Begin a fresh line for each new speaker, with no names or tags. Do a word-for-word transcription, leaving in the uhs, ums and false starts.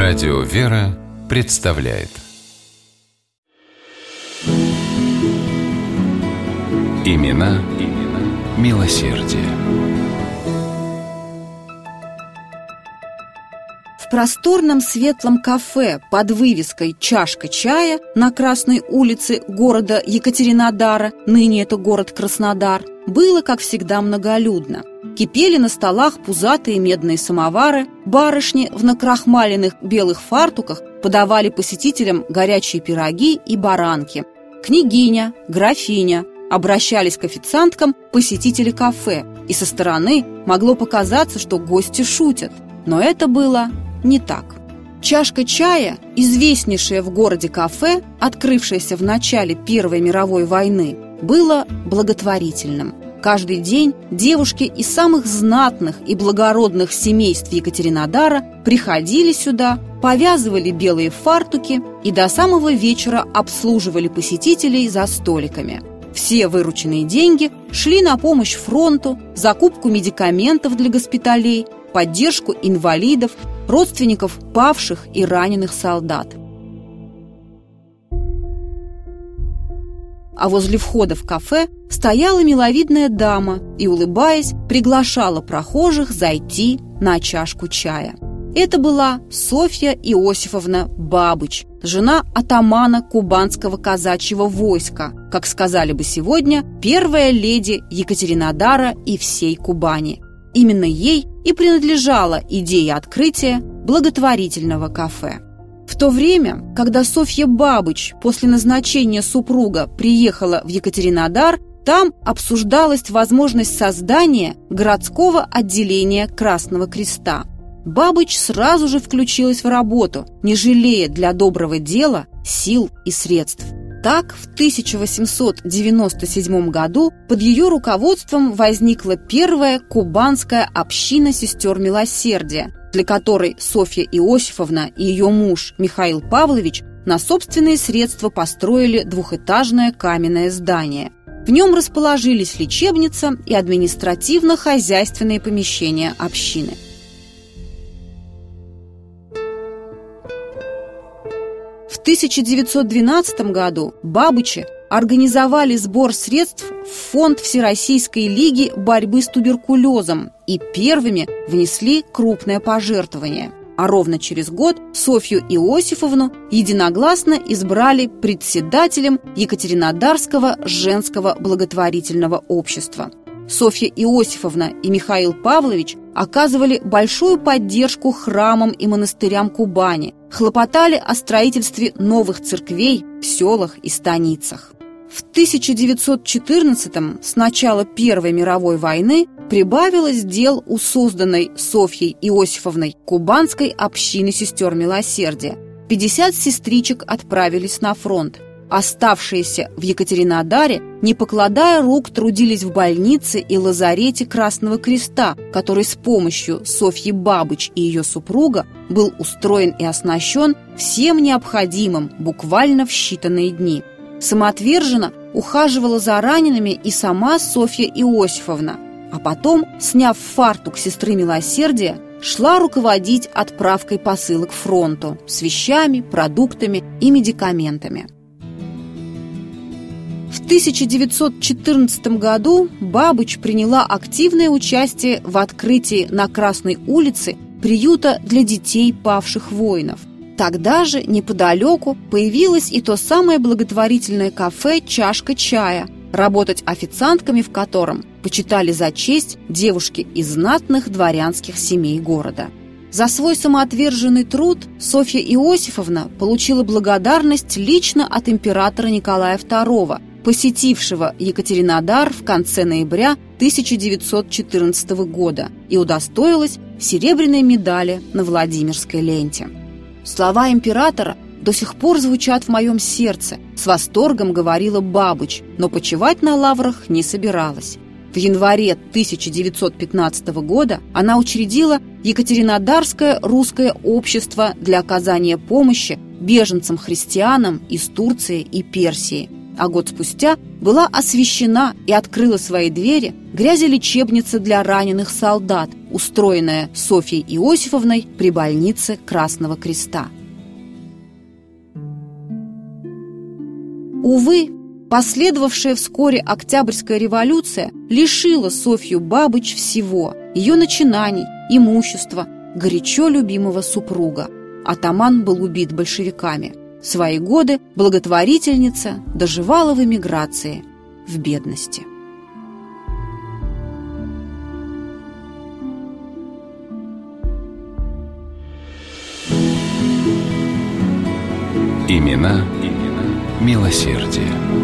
Радио «Вера» представляет Имена, имена милосердия.
В просторном светлом кафе под вывеской «Чашка чая» на Красной улице города Екатеринодара, ныне это город Краснодар, было, как всегда, многолюдно. Кипели на столах пузатые медные самовары, барышни в накрахмаленных белых фартуках подавали посетителям горячие пироги и баранки. Княгиня, графиня обращались к официанткам посетители кафе, и со стороны могло показаться, что гости шутят. Но это было не так. «Чашка чая», известнейшее в городе кафе, открывшееся в начале Первой мировой войны, было благотворительным. Каждый день девушки из самых знатных и благородных семейств Екатеринодара приходили сюда, повязывали белые фартуки и до самого вечера обслуживали посетителей за столиками. Все вырученные деньги шли на помощь фронту, закупку медикаментов для госпиталей, поддержку инвалидов, родственников павших и раненых солдат. А возле входа в кафе стояла миловидная дама и, улыбаясь, приглашала прохожих зайти на чашку чая. Это была Софья Иосифовна Бабыч, жена атамана кубанского казачьего войска, как сказали бы сегодня, первая леди Екатеринодара и всей Кубани. Именно ей и принадлежала идея открытия благотворительного кафе. В то время, когда Софья Бабыч после назначения супруга приехала в Екатеринодар, там обсуждалась возможность создания городского отделения Красного Креста. Бабыч сразу же включилась в работу, не жалея для доброго дела сил и средств. Так, в тысяча восемьсот девяносто седьмом году под ее руководством возникла первая кубанская община сестер милосердия, для которой Софья Иосифовна и ее муж Михаил Павлович на собственные средства построили двухэтажное каменное здание. В нем расположились лечебница и административно-хозяйственные помещения общины. В тысяча девятьсот двенадцатом году Бабычи организовали сбор средств в фонд Всероссийской лиги борьбы с туберкулезом и первыми внесли крупное пожертвование. А ровно через год Софью Иосифовну единогласно избрали председателем Екатеринодарского женского благотворительного общества. Софья Иосифовна и Михаил Павлович оказывали большую поддержку храмам и монастырям Кубани, хлопотали о строительстве новых церквей в селах и станицах. В тысяча девятьсот четырнадцатом, с начала Первой мировой войны, прибавилось дел у созданной Софьей Иосифовной кубанской общины сестер милосердия. пятьдесят сестричек отправились на фронт. Оставшиеся в Екатеринодаре, не покладая рук, трудились в больнице и лазарете Красного Креста, который с помощью Софьи Бабыч и ее супруга был устроен и оснащен всем необходимым буквально в считанные дни. Самоотверженно ухаживала за ранеными и сама Софья Иосифовна, а потом, сняв фартук сестры милосердия, шла руководить отправкой посылок фронту с вещами, продуктами и медикаментами. В тысяча девятьсот четырнадцатом году Бабыч приняла активное участие в открытии на Красной улице приюта для детей павших воинов. Тогда же неподалеку появилось и то самое благотворительное кафе «Чашка чая», работать официантками в котором почитали за честь девушки из знатных дворянских семей города. За свой самоотверженный труд Софья Иосифовна получила благодарность лично от императора Николая второго, посетившего Екатеринодар в конце ноября тысяча девятьсот четырнадцатого года, и удостоилась серебряной медали на Владимирской ленте. Слова императора до сих пор звучат в моем сердце, с восторгом говорила Бабыч, но почивать на лаврах не собиралась. В январе тысяча девятьсот пятнадцатого года она учредила Екатеринодарское русское общество для оказания помощи беженцам-христианам из Турции и Персии, а год спустя была освящена и открыла свои двери грязелечебница для раненых солдат, устроенное Софьей Иосифовной при больнице Красного Креста. Увы, последовавшая вскоре Октябрьская революция лишила Софью Бабыч всего – ее начинаний, имущества, горячо любимого супруга. Атаман был убит большевиками. В свои годы благотворительница доживала в эмиграции, в бедности.
Имена, имена милосердия.